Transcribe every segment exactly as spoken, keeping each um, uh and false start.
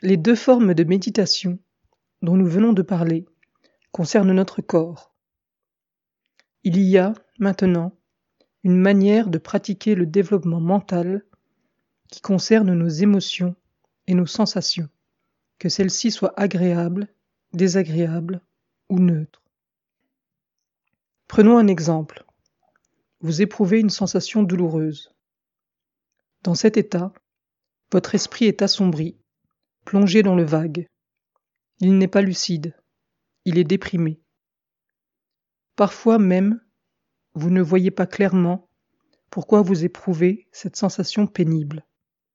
Les deux formes de méditation dont nous venons de parler concernent notre corps. Il y a, maintenant, une manière de pratiquer le développement mental qui concerne nos émotions et nos sensations, que celles-ci soient agréables, désagréables ou neutres. Prenons un exemple. Vous éprouvez une sensation douloureuse. Dans cet état, votre esprit est assombri, plongé dans le vague. Il n'est pas lucide, il est déprimé. Parfois même, vous ne voyez pas clairement pourquoi vous éprouvez cette sensation pénible.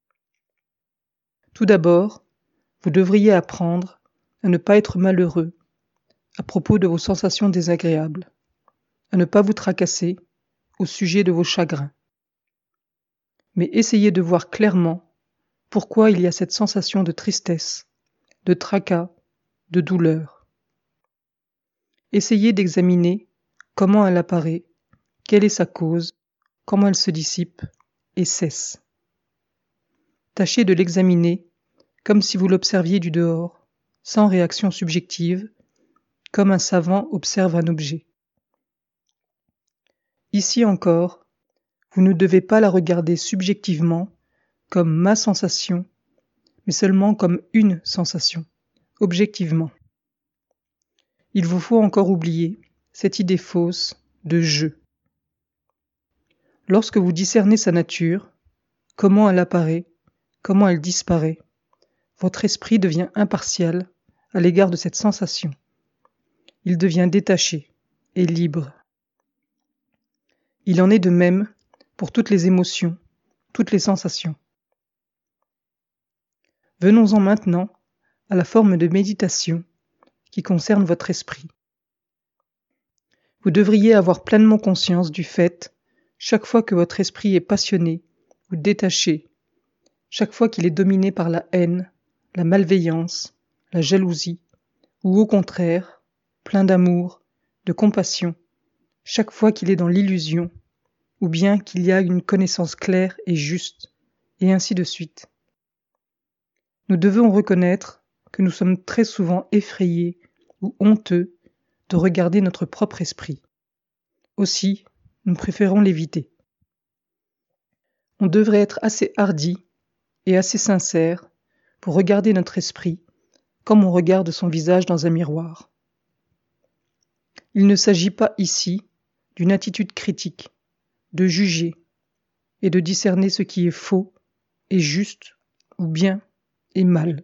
Tout d'abord, vous devriez apprendre à ne pas être malheureux à propos de vos sensations désagréables, à ne pas vous tracasser au sujet de vos chagrins. Mais essayez de voir clairement pourquoi il y a cette sensation de tristesse, de tracas, de douleur. Essayez d'examiner comment elle apparaît, quelle est sa cause, comment elle se dissipe et cesse. Tâchez de l'examiner comme si vous l'observiez du dehors, sans réaction subjective, comme un savant observe un objet. Ici encore, vous ne devez pas la regarder subjectivement comme ma sensation, mais seulement comme une sensation, objectivement. Il vous faut encore oublier cette idée fausse de « je ». Lorsque vous discernez sa nature, comment elle apparaît, comment elle disparaît, votre esprit devient impartial à l'égard de cette sensation. Il devient détaché et libre. Il en est de même pour toutes les émotions, toutes les sensations. Venons-en maintenant à la forme de méditation qui concerne votre esprit. Vous devriez avoir pleinement conscience du fait, chaque fois que votre esprit est passionné ou détaché, chaque fois qu'il est dominé par la haine, la malveillance, la jalousie, ou au contraire, plein d'amour, de compassion, chaque fois qu'il est dans l'illusion, ou bien qu'il y a une connaissance claire et juste, et ainsi de suite. Nous devons reconnaître que nous sommes très souvent effrayés ou honteux de regarder notre propre esprit. Aussi, nous préférons l'éviter. On devrait être assez hardi et assez sincère pour regarder notre esprit comme on regarde son visage dans un miroir. Il ne s'agit pas ici d'une attitude critique, de juger et de discerner ce qui est faux et juste ou bien et mal.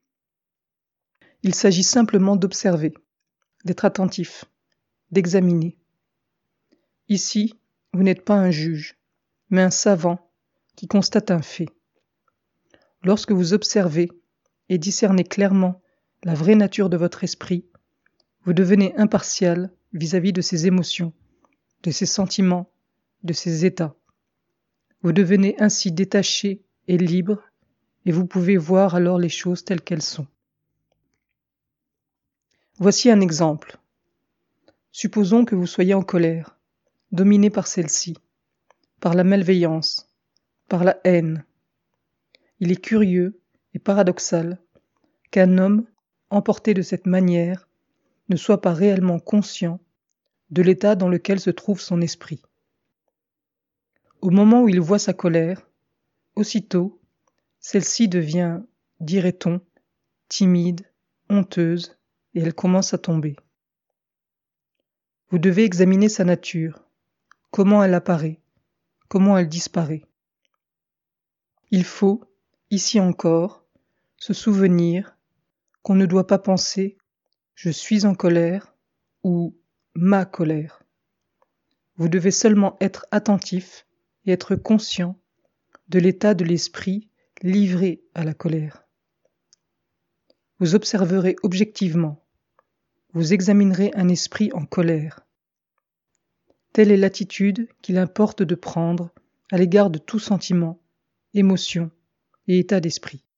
Il s'agit simplement d'observer, d'être attentif, d'examiner. Ici, vous n'êtes pas un juge, mais un savant qui constate un fait. Lorsque vous observez et discernez clairement la vraie nature de votre esprit, vous devenez impartial vis-à-vis de ses émotions, de ses sentiments, de ses états. Vous devenez ainsi détaché et libre, et vous pouvez voir alors les choses telles qu'elles sont. Voici un exemple. Supposons que vous soyez en colère, dominé par celle-ci, par la malveillance, par la haine. Il est curieux et paradoxal qu'un homme, emporté de cette manière, ne soit pas réellement conscient de l'état dans lequel se trouve son esprit. Au moment où il voit sa colère, aussitôt, celle-ci devient, dirait-on, timide, honteuse, et elle commence à tomber. Vous devez examiner sa nature, comment elle apparaît, comment elle disparaît. Il faut, ici encore, se souvenir qu'on ne doit pas penser « je suis en colère » ou « ma colère ». Vous devez seulement être attentif et être conscient de l'état de l'esprit livré à la colère. Vous observerez objectivement, vous examinerez un esprit en colère. Telle est l'attitude qu'il importe de prendre à l'égard de tout sentiment, émotion et état d'esprit.